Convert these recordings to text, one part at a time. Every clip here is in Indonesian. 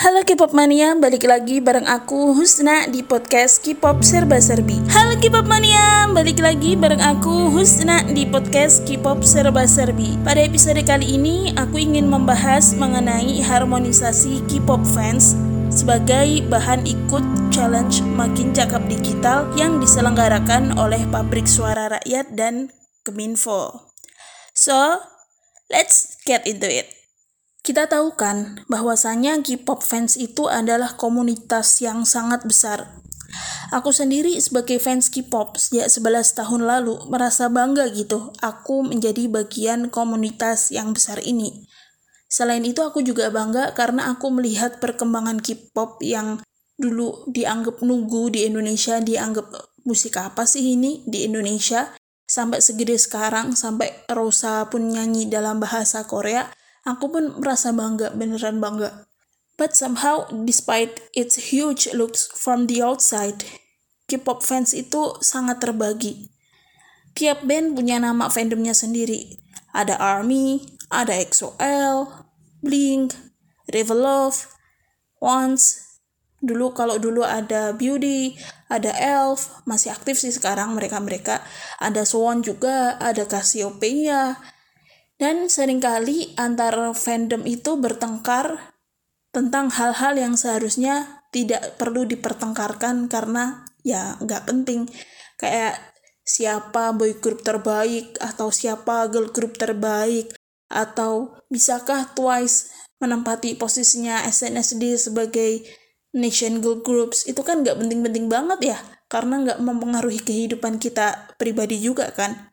Halo K-pop mania, balik lagi bareng aku Husna di podcast K-pop Serba Serbi. Halo K-pop mania, balik lagi bareng aku Husna di podcast K-pop Serba Serbi. Pada episode kali ini aku ingin membahas mengenai harmonisasi K-pop fans sebagai bahan ikut challenge Makin Cakap Digital yang diselenggarakan oleh Pabrik Suara Rakyat dan Keminfo. So, let's get into it. Kita tahu kan bahwasanya K-pop fans itu adalah komunitas yang sangat besar. Aku sendiri sebagai fans K-pop sejak 11 tahun lalu merasa bangga gitu aku menjadi bagian komunitas yang besar ini. Selain itu aku juga bangga karena aku melihat perkembangan K-pop yang dulu dianggap nunggu di Indonesia, dianggap musik apa sih ini di Indonesia, sampai segede sekarang, sampai Rosa pun nyanyi dalam bahasa Korea. Aku pun merasa bangga, beneran bangga. But somehow, despite its huge looks from the outside, K-pop fans itu sangat terbagi. Tiap band punya nama fandomnya sendiri. Ada ARMY, ada EXO-L, Blink, Revolve, Once. Kalau dulu ada Beauty, ada ELF, masih aktif sih sekarang mereka-mereka. Ada Swan juga, ada Cassiopeia. Dan seringkali antar fandom itu bertengkar tentang hal-hal yang seharusnya tidak perlu dipertengkarkan karena ya nggak penting. Kayak siapa boy group terbaik, atau siapa girl group terbaik, atau bisakah Twice menempati posisinya SNSD sebagai nation girl groups. Itu kan nggak penting-penting banget ya, karena nggak mempengaruhi kehidupan kita pribadi juga kan.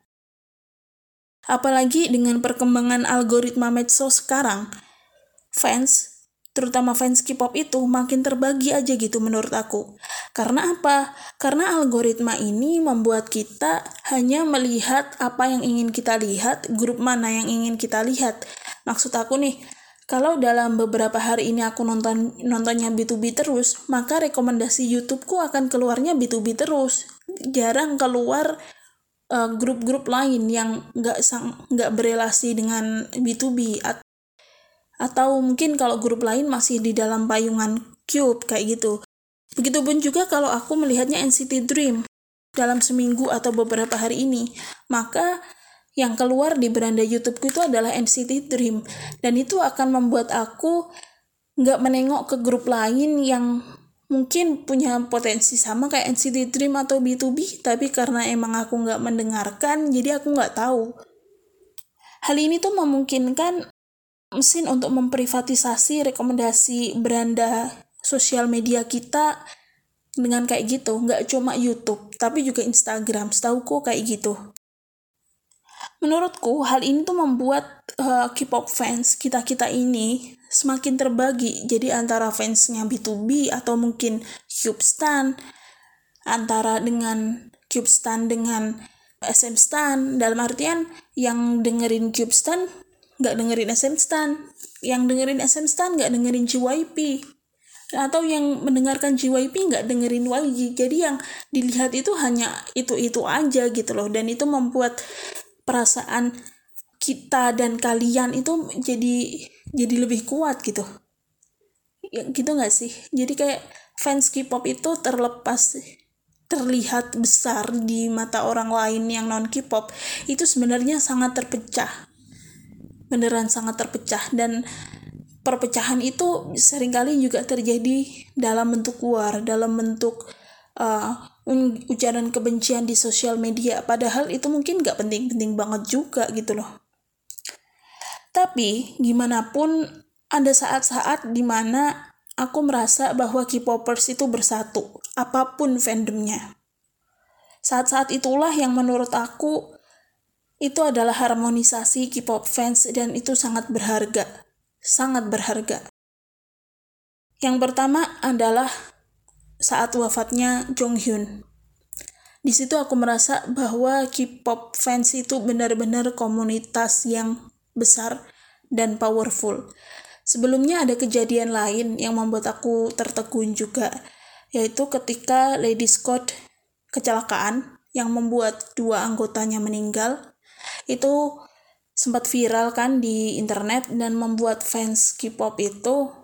Apalagi dengan perkembangan algoritma medsos sekarang, fans, terutama fans K-pop itu makin terbagi aja gitu menurut aku. Karena apa? Karena algoritma ini membuat kita hanya melihat apa yang ingin kita lihat, grup mana yang ingin kita lihat. Maksud aku nih, kalau dalam beberapa hari ini aku nontonnya B2B terus, maka rekomendasi YouTubeku akan keluarnya B2B terus. Jarang keluar grup-grup lain yang nggak berelasi dengan B2B, atau mungkin kalau grup lain masih di dalam payungan Cube kayak gitu. Begitupun juga kalau aku melihatnya NCT Dream dalam seminggu atau beberapa hari ini, maka yang keluar di beranda YouTubeku itu adalah NCT Dream, dan itu akan membuat aku nggak menengok ke grup lain yang mungkin punya potensi sama kayak NCT Dream atau B2B, tapi karena emang aku nggak mendengarkan, jadi aku nggak tahu. Hal ini tuh memungkinkan mesin untuk memprivatisasi rekomendasi beranda sosial media kita dengan kayak gitu. Nggak cuma YouTube, tapi juga Instagram. Setauku kayak gitu. Menurutku, hal ini tuh membuat K-pop fans kita ini semakin terbagi. Jadi antara fansnya B2B atau mungkin CubeStan, antara dengan CubeStan dengan SM Stan, dalam artian yang dengerin CubeStan nggak dengerin SM Stan, yang dengerin SM Stan nggak dengerin JYP, atau yang mendengarkan JYP nggak dengerin YG. Jadi yang dilihat itu hanya itu aja gitu loh, dan itu membuat perasaan kita dan kalian itu jadi lebih kuat gitu. Ya, gitu nggak sih? Jadi kayak fans K-pop itu terlihat besar di mata orang lain yang non K-pop, itu sebenarnya sangat terpecah. Beneran sangat terpecah, dan perpecahan itu seringkali juga terjadi dalam bentuk war, dalam bentuk ujaran kebencian di sosial media, padahal itu mungkin gak penting-penting banget juga gitu loh. Tapi gimana pun ada saat-saat dimana aku merasa bahwa K-popers itu bersatu, apapun fandomnya. Saat-saat itulah yang menurut aku itu adalah harmonisasi K-pop fans, dan itu sangat berharga, sangat berharga. Yang pertama adalah saat wafatnya Jonghyun. Di situ aku merasa bahwa K-pop fans itu benar-benar komunitas yang besar dan powerful. Sebelumnya ada kejadian lain yang membuat aku tertegun juga, yaitu ketika Lady Scott kecelakaan yang membuat 2 anggotanya meninggal. Itu sempat viral kan di internet dan membuat fans K-pop itu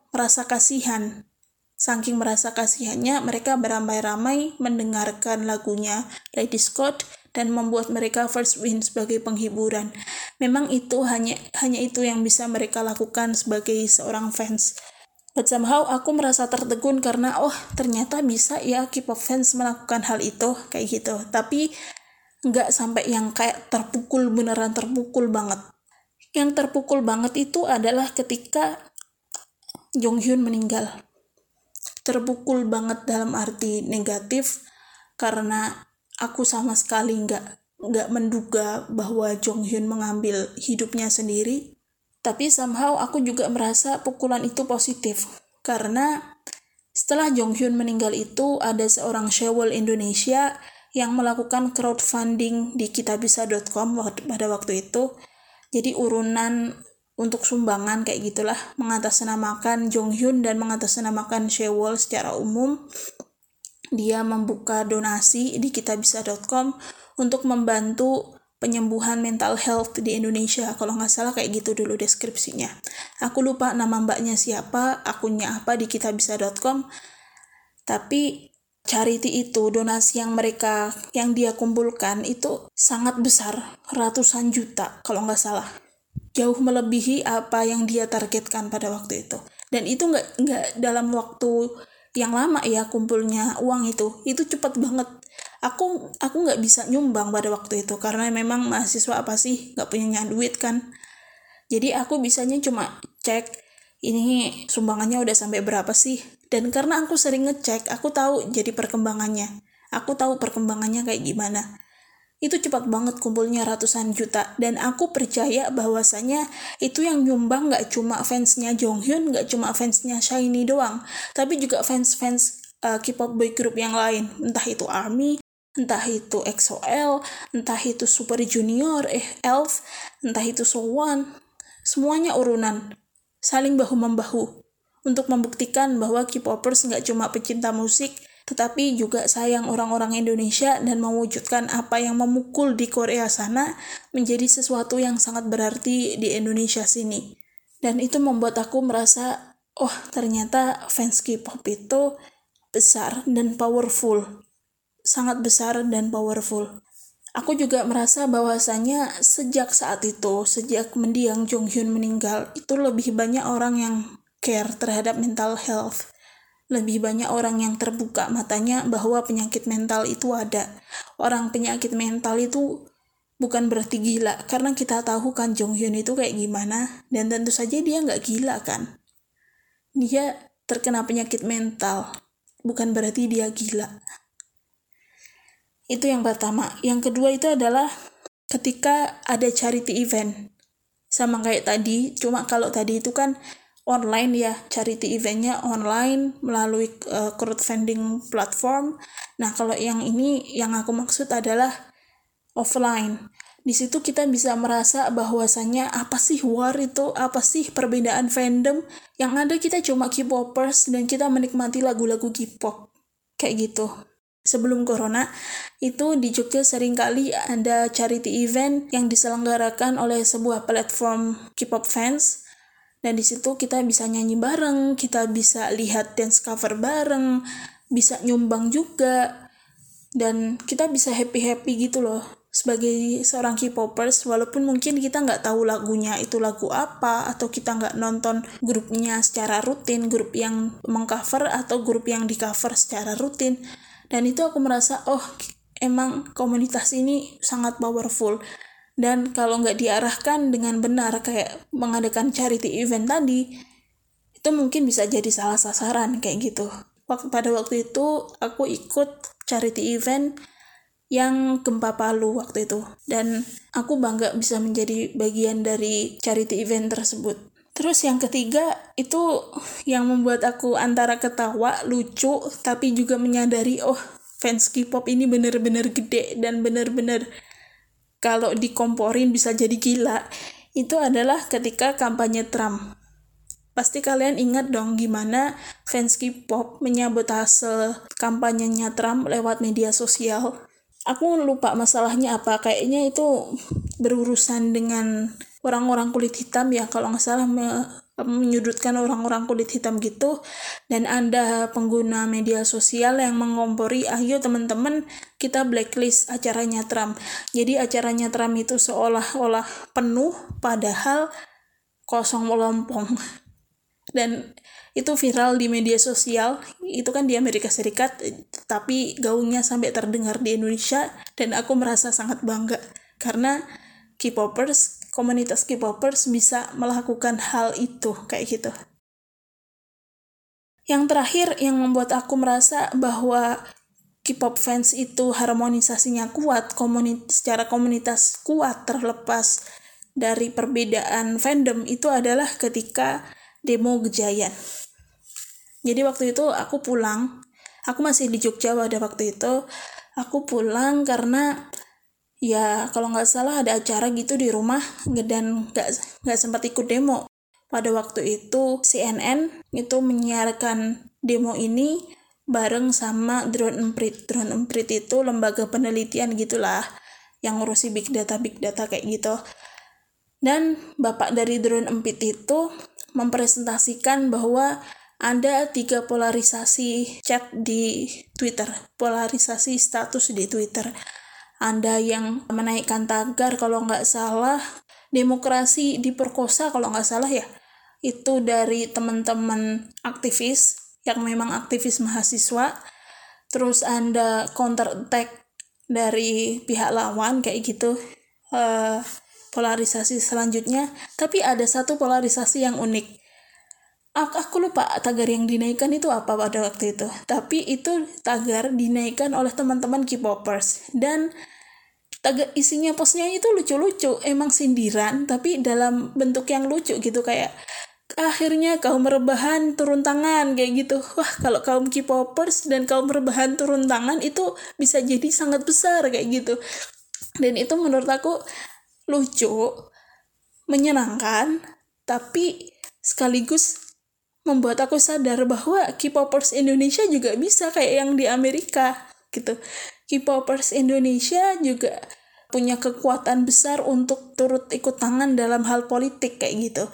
merasa kasihan. Saking merasa kasihannya, mereka beramai-ramai mendengarkan lagunya Lady Scott dan membuat mereka first win sebagai penghiburan. Memang itu hanya itu yang bisa mereka lakukan sebagai seorang fans. But somehow aku merasa tertegun karena ternyata bisa ya K-pop fans melakukan hal itu kayak gitu. Tapi nggak sampai yang kayak terpukul, beneran terpukul banget. Yang terpukul banget itu adalah ketika Jonghyun meninggal. Terpukul banget dalam arti negatif karena aku sama sekali nggak menduga bahwa Jonghyun mengambil hidupnya sendiri. Tapi somehow aku juga merasa pukulan itu positif karena setelah Jonghyun meninggal itu ada seorang Shewol Indonesia yang melakukan crowdfunding di kitabisa.com pada waktu itu. Jadi urunan untuk sumbangan kayak gitulah, mengatasnamakan Jonghyun dan mengatasnamakan Shewol secara umum. Dia membuka donasi di kitabisa.com untuk membantu penyembuhan mental health di Indonesia. Kalau nggak salah kayak gitu dulu deskripsinya. Aku lupa nama mbaknya siapa, akunnya apa di kitabisa.com. Tapi charity itu, donasi yang dia kumpulkan itu sangat besar, ratusan juta kalau nggak salah. Jauh melebihi apa yang dia targetkan pada waktu itu. Dan itu nggak dalam waktu yang lama ya kumpulnya uang itu cepat banget. Aku nggak bisa nyumbang pada waktu itu karena memang mahasiswa apa sih nggak punya duit kan. Jadi aku bisanya cuma cek ini sumbangannya udah sampai berapa sih. Dan karena aku sering ngecek, aku tahu jadi perkembangannya. Aku tahu perkembangannya kayak gimana. Itu cepat banget kumpulnya ratusan juta. Dan aku percaya bahwasanya itu yang nyumbang gak cuma fansnya Jonghyun, gak cuma fansnya SHINee doang, tapi juga fans-fans K-pop boy group yang lain. Entah itu ARMY, entah itu EXO-L, entah itu Super Junior, ELF, entah itu So-won. Semuanya urunan, saling bahu-membahu untuk membuktikan bahwa K-popers gak cuma pecinta musik, tetapi juga sayang orang-orang Indonesia dan mewujudkan apa yang memukul di Korea sana menjadi sesuatu yang sangat berarti di Indonesia sini. Dan itu membuat aku merasa, ternyata fans K-pop itu besar dan powerful. Sangat besar dan powerful. Aku juga merasa bahwasanya sejak saat itu, sejak mendiang Jonghyun meninggal, itu lebih banyak orang yang care terhadap mental health. Lebih banyak orang yang terbuka matanya bahwa penyakit mental itu ada. Orang penyakit mental itu bukan berarti gila, karena kita tahu kan Jonghyun itu kayak gimana, dan tentu saja dia nggak gila kan. Dia terkena penyakit mental, bukan berarti dia gila. Itu yang pertama. Yang kedua itu adalah ketika ada charity event. Sama kayak tadi, cuma kalau tadi itu kan online ya, charity eventnya online melalui crowdfunding platform. Nah kalau yang ini yang aku maksud adalah offline. Di situ kita bisa merasa bahwasannya apa sih war itu, apa sih perbedaan fandom. Yang ada kita cuma K-popers dan kita menikmati lagu-lagu K-pop kayak gitu. Sebelum corona itu di Jogja seringkali ada charity event yang diselenggarakan oleh sebuah platform K-pop fans. Dan di situ kita bisa nyanyi bareng, kita bisa lihat dance cover bareng, bisa nyumbang juga, dan kita bisa happy-happy gitu loh. Sebagai seorang K-popers, walaupun mungkin kita nggak tahu lagunya itu lagu apa, atau kita nggak nonton grupnya secara rutin, grup yang mengcover atau grup yang di-cover secara rutin. Dan itu aku merasa, emang komunitas ini sangat powerful. Dan kalau nggak diarahkan dengan benar kayak mengadakan charity event tadi, itu mungkin bisa jadi salah sasaran kayak gitu. Pada waktu itu aku ikut charity event yang gempa Palu waktu itu. Dan aku bangga bisa menjadi bagian dari charity event tersebut. Terus yang ketiga itu yang membuat aku antara ketawa, lucu, tapi juga menyadari fans K-pop ini bener-bener gede dan bener-bener kalau dikomporin bisa jadi gila, itu adalah ketika kampanye Trump. Pasti kalian ingat dong gimana fans K-pop menyabotase kampanyenya Trump lewat media sosial. Aku lupa masalahnya apa, kayaknya itu berurusan dengan orang-orang kulit hitam ya, kalau nggak salah menyudutkan orang-orang kulit hitam gitu, dan ada pengguna media sosial yang mengompori, ayo teman-teman kita blacklist acaranya Trump. Jadi acaranya Trump itu seolah-olah penuh padahal kosong melompong. Dan itu viral di media sosial, itu kan di Amerika Serikat, tapi gaungnya sampai terdengar di Indonesia, dan aku merasa sangat bangga karena K-popers, komunitas K-popers bisa melakukan hal itu kayak gitu. Yang terakhir yang membuat aku merasa bahwa K-pop fans itu harmonisasinya kuat, secara komunitas kuat terlepas dari perbedaan fandom, itu adalah ketika demo Gejayan. Jadi waktu itu aku pulang, aku masih di Jogja pada waktu itu, aku pulang karena ya kalau nggak salah ada acara gitu di rumah dan nggak sempat ikut demo. Pada waktu itu CNN itu menyiarkan demo ini bareng sama Drone Emprit. Drone Emprit itu lembaga penelitian gitulah yang ngurusi big data kayak gitu. Dan bapak dari Drone Emprit itu mempresentasikan bahwa ada 3 polarisasi chat di Twitter, polarisasi status di Twitter. Ada yang menaikkan tagar kalau nggak salah demokrasi diperkosa kalau nggak salah ya, itu dari teman-teman aktivis yang memang aktivis mahasiswa. Terus ada counter attack dari pihak lawan kayak gitu. Polarisasi selanjutnya, tapi ada satu polarisasi yang unik. Aku lupa tagar yang dinaikkan itu apa pada waktu itu, tapi itu tagar dinaikkan oleh teman-teman K-popers, dan tagar isinya postnya itu lucu-lucu, emang sindiran tapi dalam bentuk yang lucu gitu, kayak akhirnya kaum rebahan turun tangan kayak gitu. Wah, kalau kaum K-popers dan kaum rebahan turun tangan itu bisa jadi sangat besar kayak gitu. Dan itu menurut aku lucu, menyenangkan, tapi sekaligus membuat aku sadar bahwa K-popers Indonesia juga bisa kayak yang di Amerika gitu. K-popers Indonesia juga punya kekuatan besar untuk turut ikut tangan dalam hal politik kayak gitu.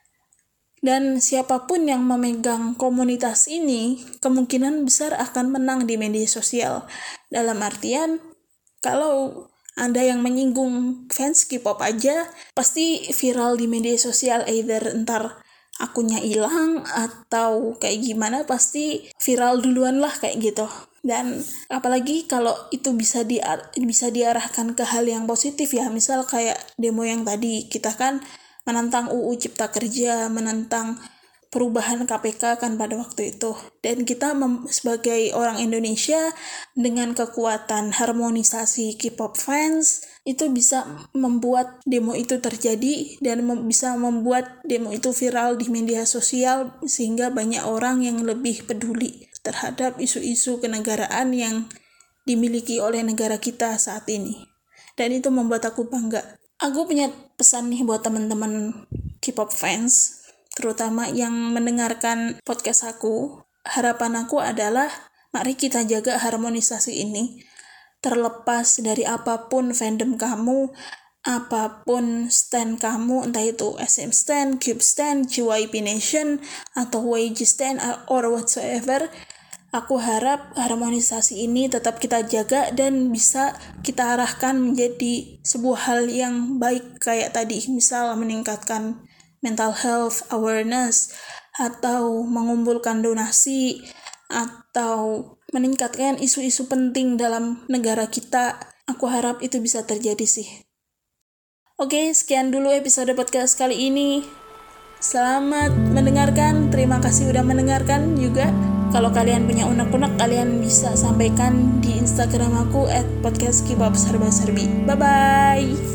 Dan siapapun yang memegang komunitas ini kemungkinan besar akan menang di media sosial. Dalam artian, kalau Anda yang menyinggung fans K-pop aja pasti viral di media sosial, either entar akunnya hilang atau kayak gimana, pasti viral duluan lah kayak gitu. Dan apalagi kalau itu bisa diarahkan ke hal yang positif ya, misal kayak demo yang tadi, kita kan menentang UU Cipta Kerja, menentang perubahan KPK kan pada waktu itu. Dan kita sebagai orang Indonesia dengan kekuatan harmonisasi K-pop fans itu bisa membuat demo itu terjadi dan bisa membuat demo itu viral di media sosial, sehingga banyak orang yang lebih peduli terhadap isu-isu kenegaraan yang dimiliki oleh negara kita saat ini. Dan itu membuat aku bangga. Aku punya pesan nih buat teman-teman K-pop fans, terutama yang mendengarkan podcast aku. Harapan aku adalah mari kita jaga harmonisasi ini. Terlepas dari apapun fandom kamu, apapun stand kamu, entah itu SM stand, Cube stand, JYP Nation, atau YG stand, or whatsoever, aku harap harmonisasi ini tetap kita jaga dan bisa kita arahkan menjadi sebuah hal yang baik kayak tadi, misal meningkatkan mental health awareness, atau mengumpulkan donasi, atau meningkatkan isu-isu penting dalam negara kita. Aku harap itu bisa terjadi sih. Oke, sekian dulu episode podcast kali ini. Selamat mendengarkan, terima kasih udah mendengarkan juga. Kalau kalian punya unek-unek, kalian bisa sampaikan di Instagram aku @podcastkpopserbaserbi. Bye-bye!